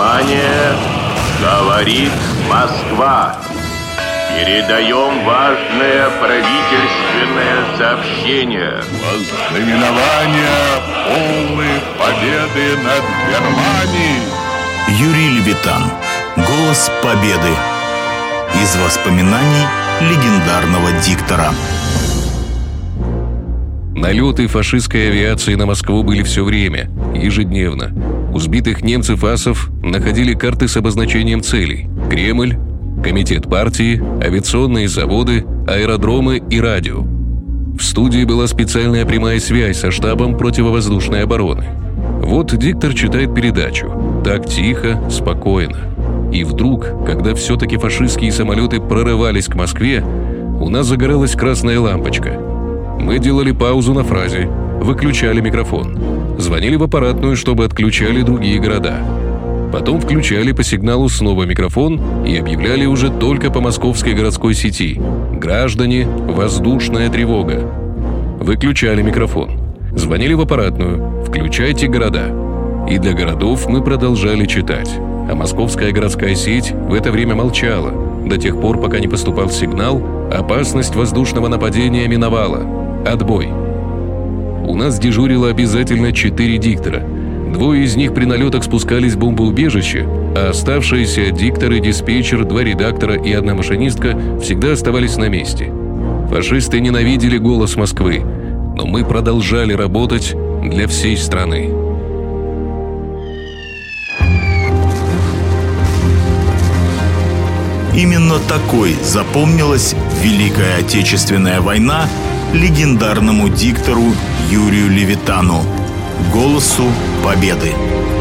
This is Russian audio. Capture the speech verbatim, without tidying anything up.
Внимание! Говорит Москва! Передаем важное правительственное сообщение. Вознаменование полной победы над Германией. Юрий Левитан. Голос победы. Из воспоминаний легендарного диктора. Налеты фашистской авиации на Москву были все время, ежедневно. У сбитых немцев асов находили карты с обозначением целей: Кремль, комитет партии, авиационные заводы, аэродромы и радио. В студии была специальная прямая связь со штабом противовоздушной обороны. Вот диктор читает передачу. Так тихо, спокойно. И вдруг, когда все-таки фашистские самолеты прорывались к Москве, у нас загоралась красная лампочка. Мы делали паузу на фразе, выключали микрофон, звонили в аппаратную, чтобы отключали другие города. Потом включали по сигналу снова микрофон и объявляли уже только по московской городской сети: «Граждане, воздушная тревога». Выключали микрофон, звонили в аппаратную: «Включайте города». И для городов мы продолжали читать. А московская городская сеть в это время молчала, до тех пор, пока не поступал сигнал: «Опасность воздушного нападения миновала. Отбой». У нас дежурило обязательно четыре диктора. Двое из них при налетах спускались в бомбоубежище, а оставшиеся диктор и диспетчер, два редактора и одна машинистка всегда оставались на месте. Фашисты ненавидели «Голос Москвы», но мы продолжали работать для всей страны. Именно такой запомнилась Великая Отечественная война легендарному диктору Юрию Левитану, голосу победы.